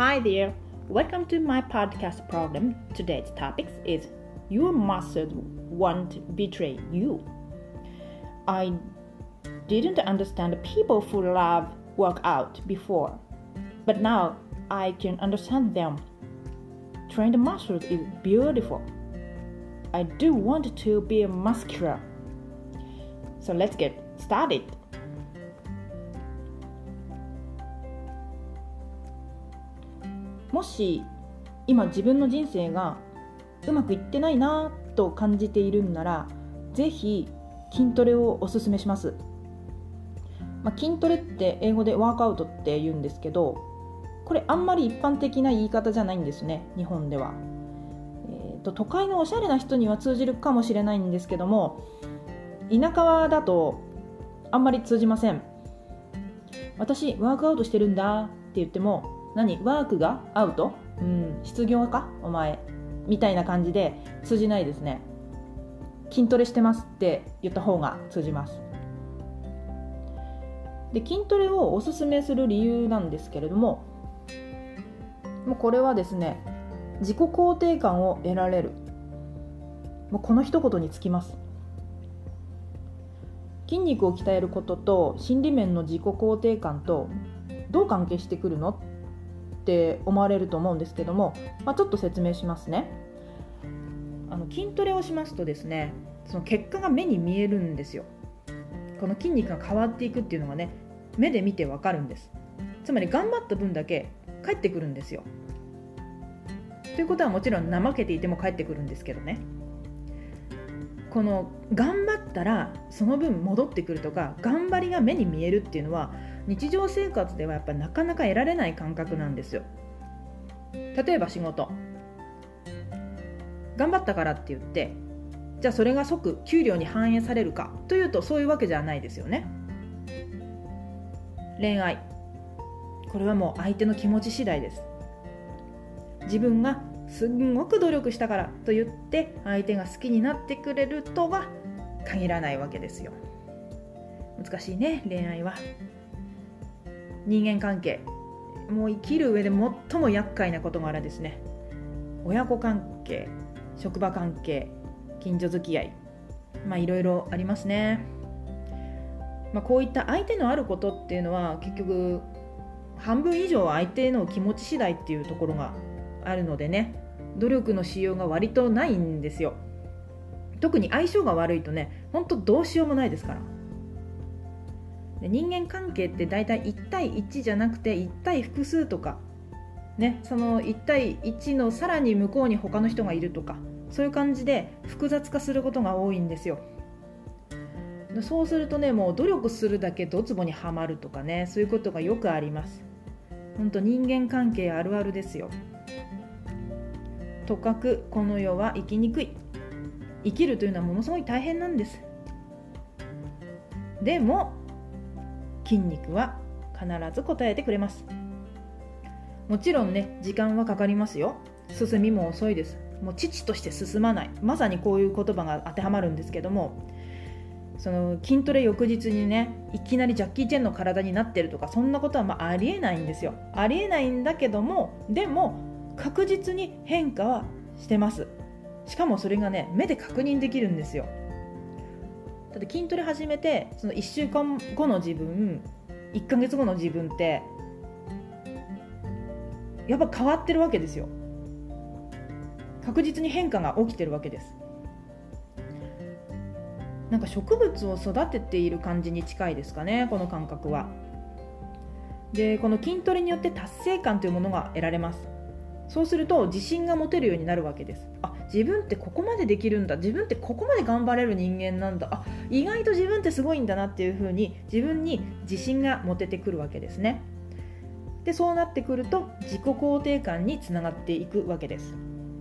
Hi there, welcome to my podcast program. Today's topic is Your muscles won't betray you. I didn't understand people who love workout before, but now I can understand them. Trained muscles is beautiful. I do want to be muscular. So let's get started. もし今自分の人生がうまくいってないなと感じているんなら、ぜひ筋トレをおすすめします。筋トレって英語でワークアウトって言うんですけど、これあんまり一般的な言い方じゃないんですね、日本では。都会のおしゃれな人には通じるかもしれないんですけども、田舎だとあんまり通じません。私ワークアウトしてるんだって言っても、何ワークがアウト？失業かお前みたいな感じで通じないですね。筋トレしてますって言った方が通じます。で、筋トレをおすすめする理由なんですけれども、もうこれはですね、自己肯定感を得られる、もうこの一言につきます。筋肉を鍛えることと心理面の自己肯定感とどう関係してくるのって思われると思うんですけども、ちょっと説明しますね。筋トレをしますとですね、その結果が目に見えるんですよ。この筋肉が変わっていくっていうのがね、目で見てわかるんです。つまり頑張った分だけ返ってくるんですよ。ということはもちろん怠けていても返ってくるんですけどね、この頑張ったらその分戻ってくるとか、頑張りが目に見えるっていうのは日常生活ではやっぱりなかなか得られない感覚なんですよ。例えば仕事頑張ったからって言って、じゃあそれが即給料に反映されるかというと、そういうわけじゃないですよね。恋愛、これはもう相手の気持ち次第です。自分がすんごく努力したからと言って相手が好きになってくれるとは限らないわけですよ。難しいね、恋愛は。人間関係、もう生きる上で最も厄介な事柄ですね。親子関係、職場関係、近所付き合い、いろいろありますね。こういった相手のあることっていうのは結局半分以上相手の気持ち次第っていうところがあるのでね、努力のしようが割とないんですよ。特に相性が悪いとね、本当どうしようもないですから。で、人間関係ってだいたい1対1じゃなくて1対複数とかね、その1対1のさらに向こうに他の人がいるとか、そういう感じで複雑化することが多いんですよ。そうするとね、もう努力するだけドツボにはまるとかね、そういうことがよくあります。本当人間関係あるあるですよ。とかくこの世は生きにくい。生きるというのはものすごい大変なんです。でも筋肉は必ず応えてくれます。もちろんね、時間はかかりますよ。進みも遅いです。もう遅々として進まない、まさにこういう言葉が当てはまるんですけども、その筋トレ翌日にね、いきなりジャッキー・チェンの体になってるとか、そんなことはありえないんですよ。ありえないんだけども、でも確実に変化はしてます。しかもそれがね、目で確認できるんですよ。だって筋トレ始めてその1週間後の自分、1ヶ月後の自分ってやっぱ変わってるわけですよ。確実に変化が起きてるわけです。なんか植物を育てている感じに近いですかね、この感覚は。で、この筋トレによって達成感というものが得られます。そうすると自信が持てるようになるわけです。自分ってここまでできるんだ、自分ってここまで頑張れる人間なんだ、意外と自分ってすごいんだなっていう風に自分に自信が持ててくるわけですね。で、そうなってくると自己肯定感につながっていくわけです。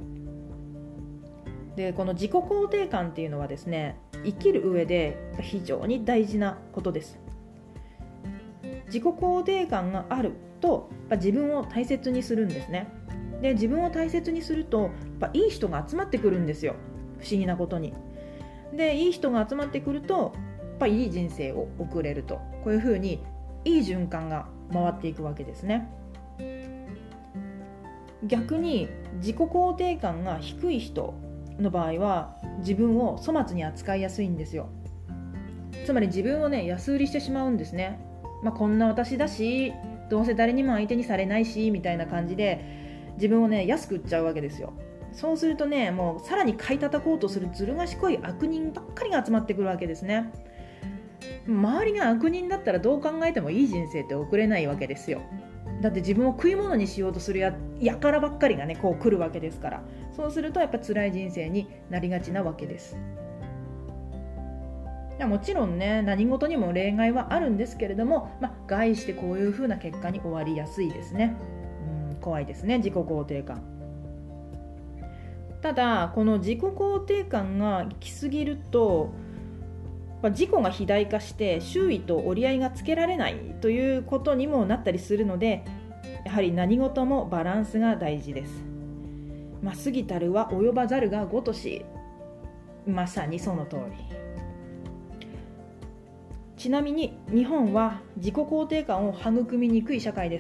で、この自己肯定感っていうのはですね、生きる上で非常に大事なことです。自己肯定感があると自分を大切にするんですね。で、自分を大切にするといい人が集まってくるんですよ、不思議なことに。で、いい人が集まってくるといい人生を送れると、こういうふうにいい循環が回っていくわけですね。 逆に自己肯定感が低い人の場合は自分を粗末に扱いやすいんですよ。つまり自分をね安売りしてしまうんですね。こんな私だしどうせ誰にも相手にされないしみたいな感じで自分をね安く売っちゃうわけですよ。そうするとねもうさらに買い叩こうとするずる賢い悪人ばっかりが集まってくるわけですね。周りが悪人だったらどう考えてもいい人生って送れないわけですよ。だって自分を食い物にしようとするやからばっかりがねこう来るわけですから、そうするとやっぱ辛い人生になりがちなわけです。もちろんね何事にも例外はあるんですけれども、概してこういう風な結果に終わりやすいですね。怖いですね、自己肯定感。ただこの自己肯定感が行き過ぎると自己が肥大化して周囲と折り合いがつけられないということにもなったりするので、やはり何事もバランスが大事です。過ぎたるは及ばざるが如し、まさにその通り。ちなみに日本は自己肯定感を育みにくい社会です。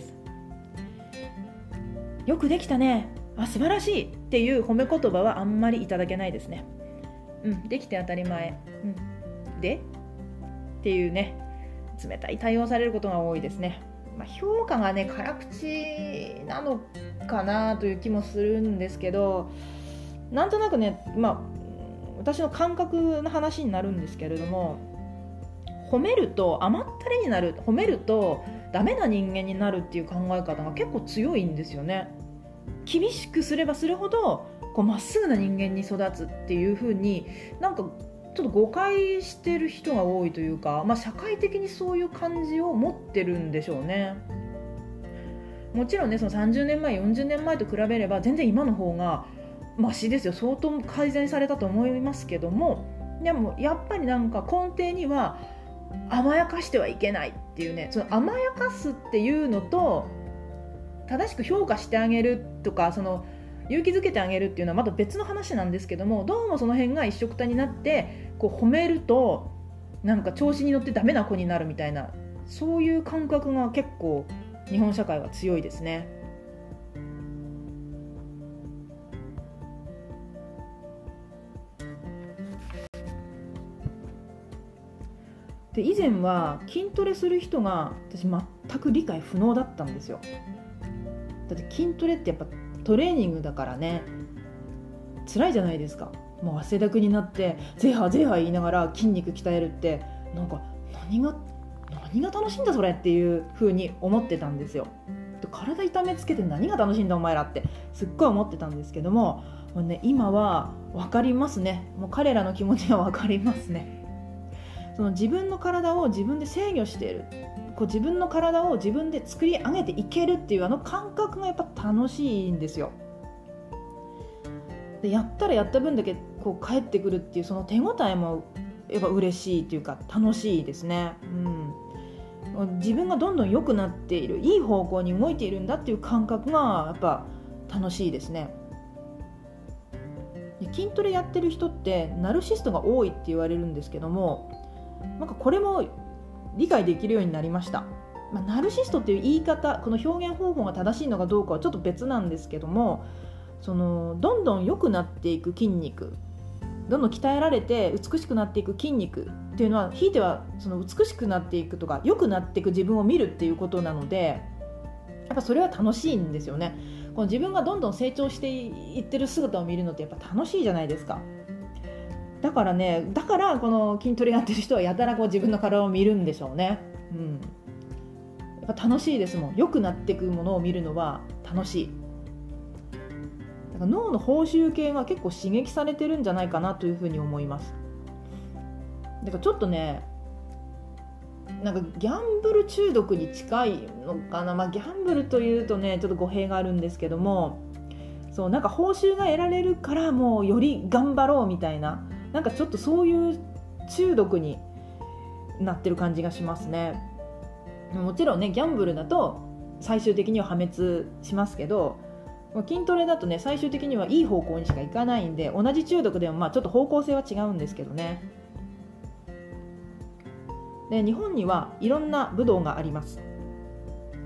よくできたね、素晴らしいっていう褒め言葉はあんまりいただけないですね。できて当たり前、でっていうね冷たい対応されることが多いですね。評価がね辛口なのかなという気もするんですけど、なんとなくね私の感覚の話になるんですけれども、褒めると甘ったれになる、褒めるとダメな人間になるっていう考え方が結構強いんですよね。厳しくすればするほどまっすぐな人間に育つっていう風になんかちょっと誤解してる人が多いというか、社会的にそういう感じを持ってるんでしょうね。もちろんねその30年前40年前と比べれば全然今の方がマシですよ。相当改善されたと思いますけども、でもやっぱりなんか根底には甘やかしてはいけないっていうね、その甘やかすっていうのと正しく評価してあげるとかその勇気づけてあげるっていうのはまた別の話なんですけども、どうもその辺が一緒くたになって褒めるとなんか調子に乗ってダメな子になるみたいな、そういう感覚が結構日本社会は強いですね。で以前は筋トレする人が私全く理解不能だったんですよ。だって筋トレってやっぱトレーニングだからね辛いじゃないですか。もう汗だくになってゼハゼハ言いながら筋肉鍛えるってなんか何が楽しいんだそれっていう風に思ってたんですよ。体痛めつけて何が楽しいんだお前らってすっごい思ってたんですけども、今は分かりますね。もう彼らの気持ちは分かりますね。その自分の体を自分で制御している、自分の体を自分で作り上げていけるっていう感覚がやっぱ楽しいんですよ。でやったらやった分だけ返ってくるっていうその手応えもやっぱ嬉しいというか楽しいですね。自分がどんどん良くなっている、いい方向に動いているんだっていう感覚がやっぱ楽しいですね。で筋トレやってる人ってナルシストが多いって言われるんですけども、これも理解できるようになりました。ナルシストっていう言い方、この表現方法が正しいのかどうかはちょっと別なんですけども、どんどん良くなっていく筋肉、どんどん鍛えられて美しくなっていく筋肉っていうのはひいてはその美しくなっていくとか良くなっていく自分を見るっていうことなので、やっぱそれは楽しいんですよね。この自分がどんどん成長していってる姿を見るのってやっぱ楽しいじゃないですか。だからこの筋トレやってる人はやたら自分の体を見るんでしょうね。やっぱ楽しいですもん。良くなっていくものを見るのは楽しい。だから脳の報酬系が結構刺激されてるんじゃないかなというふうに思います。だからちょっとねなんかギャンブル中毒に近いのかな。ギャンブルというとねちょっと語弊があるんですけども、そうなんか報酬が得られるからもうより頑張ろうみたいな、なんかちょっとそういう中毒になってる感じがしますね。もちろんねギャンブルだと最終的には破滅しますけど、筋トレだとね最終的にはいい方向にしかいかないんで、同じ中毒でもちょっと方向性は違うんですけどね。で日本にはいろんな武道があります。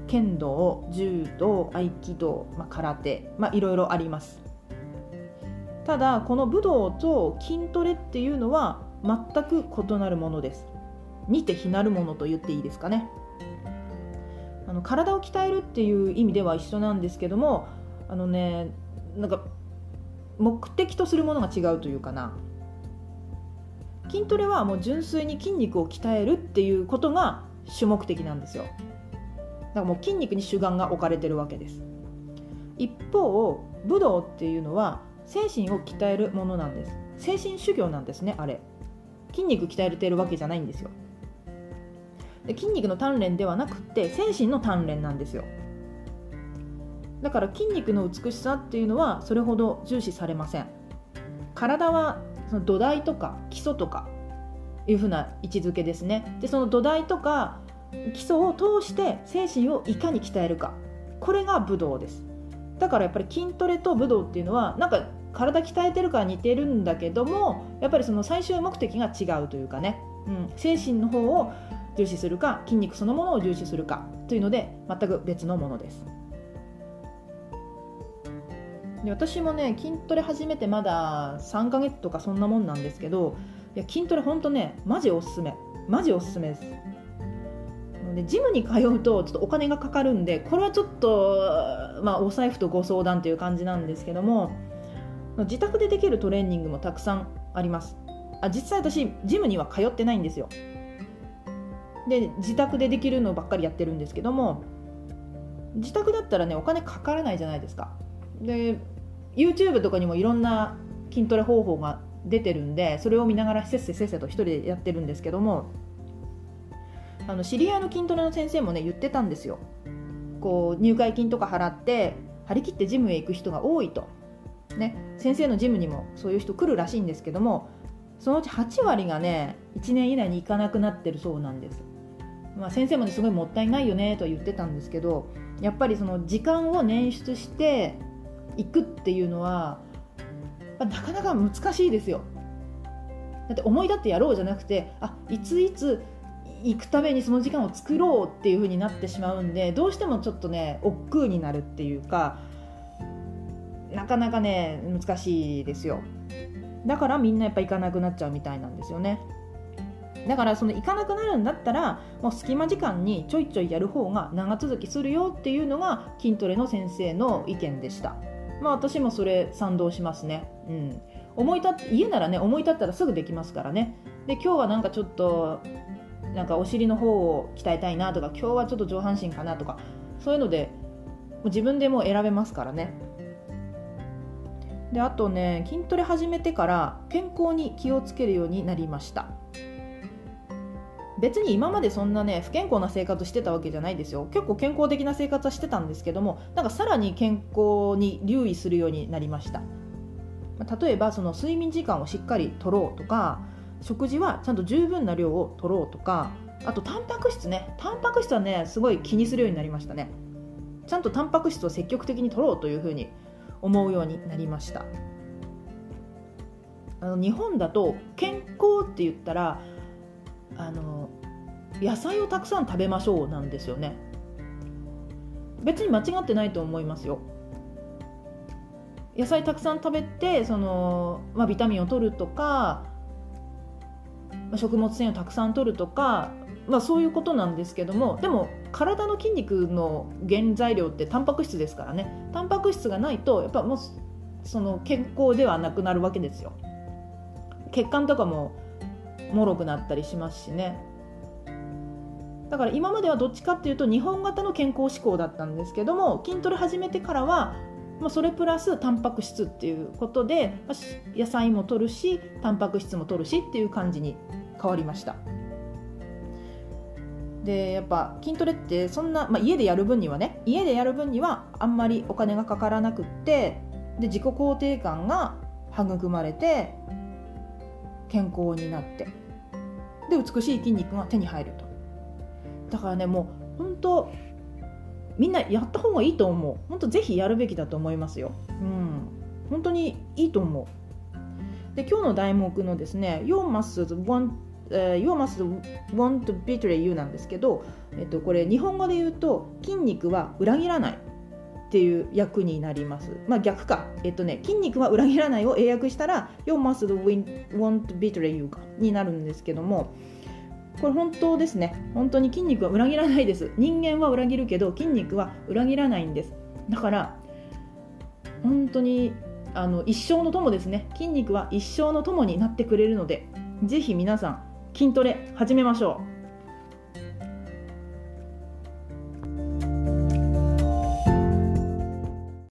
剣道、柔道、合気道、空手、いろいろあります。ただこの武道と筋トレっていうのは全く異なるものです。似て非なるものと言っていいですかね。体を鍛えるっていう意味では一緒なんですけども、なんか目的とするものが違うというかな。筋トレはもう純粋に筋肉を鍛えるっていうことが主目的なんですよ。だからもう筋肉に主眼が置かれてるわけです。一方武道っていうのは精神を鍛えるものなんです。精神修行なんですね。あれ筋肉鍛えてるわけじゃないんですよ。で筋肉の鍛錬ではなくて精神の鍛錬なんですよ。だから筋肉の美しさっていうのはそれほど重視されません。体はその土台とか基礎とかいうふうな位置づけですね。でその土台とか基礎を通して精神をいかに鍛えるか、これが武道です。だからやっぱり筋トレと武道っていうのはなんか体鍛えてるから似てるんだけども、やっぱりその最終目的が違うというかね、精神の方を重視するか筋肉そのものを重視するかというので全く別のものです。で私もね筋トレ始めてまだ3ヶ月とかそんなもんなんですけど、いや筋トレほんとねマジおすすめです。でジムに通うとちょっとお金がかかるんで、これはちょっと、お財布とご相談という感じなんですけども、自宅でできるトレーニングもたくさんあります。実際私ジムには通ってないんですよ。で自宅でできるのばっかりやってるんですけども、自宅だったらねお金かからないじゃないですか。で YouTube とかにもいろんな筋トレ方法が出てるんで、それを見ながらせっせと一人でやってるんですけども、知り合いの筋トレの先生もね言ってたんですよ。こう入会金とか払って張り切ってジムへ行く人が多いと、先生のジムにもそういう人来るらしいんですけども、そのうち8割がね1年以内に行かなくなってるそうなんです。先生もねすごいもったいないよねとは言ってたんですけど、やっぱりその時間を捻出して行くっていうのはなかなか難しいですよ。だって思い立ってやろうじゃなくて、いついつ行くためにその時間を作ろうっていう風になってしまうんで、どうしてもちょっとね億劫になるっていうか、なかなかね難しいですよ。だからみんなやっぱ行かなくなっちゃうみたいなんですよね。だからその行かなくなるんだったらもう隙間時間にちょいちょいやる方が長続きするよっていうのが筋トレの先生の意見でした。私もそれ賛同しますね。家ならね思い立ったらすぐできますからね。で今日はなんかちょっとなんかお尻の方を鍛えたいなとか、今日はちょっと上半身かなとか、そういうので自分でもう選べますからね。であとね筋トレ始めてから健康に気をつけるようになりました。別に今までそんなね不健康な生活してたわけじゃないですよ。結構健康的な生活はしてたんですけども、なんかさらに健康に留意するようになりました。例えばその睡眠時間をしっかりとろうとか、食事はちゃんと十分な量をとろうとか、あとタンパク質はねすごい気にするようになりましたね。ちゃんとタンパク質を積極的にとろうというふうに思うようになりました。日本だと健康って言ったら野菜をたくさん食べましょうなんですよね。別に間違ってないと思いますよ。野菜たくさん食べてビタミンを取るとか、食物繊維をたくさん取るとか、そういうことなんですけども、でも体の筋肉の原材料ってタンパク質ですからね。タンパク質がないとやっぱもうその健康ではなくなるわけですよ。血管とかも脆くなったりしますしね。だから今まではどっちかっていうと日本型の健康志向だったんですけども、筋トレ始めてからはそれプラスタンパク質っていうことで野菜も摂るしタンパク質も摂るしっていう感じに変わりました。でやっぱ筋トレってそんな、家でやる分にはあんまりお金がかからなくって、で自己肯定感が育まれて健康になって、で美しい筋肉が手に入ると。だからねもう本当みんなやった方がいいと思う。本当ぜひやるべきだと思いますよ。本当にいいと思う。で今日の題目のですね Your muscles want You must want to betray you なんですけど、これ日本語で言うと筋肉は裏切らないっていう訳になります。逆か。筋肉は裏切らないを英訳したら You must want to betray you になるんですけども、これ本当ですね。本当に筋肉は裏切らないです。人間は裏切るけど筋肉は裏切らないんです。だから本当に一生の友ですね。筋肉は一生の友になってくれるので、ぜひ皆さん筋トレ始めましょう。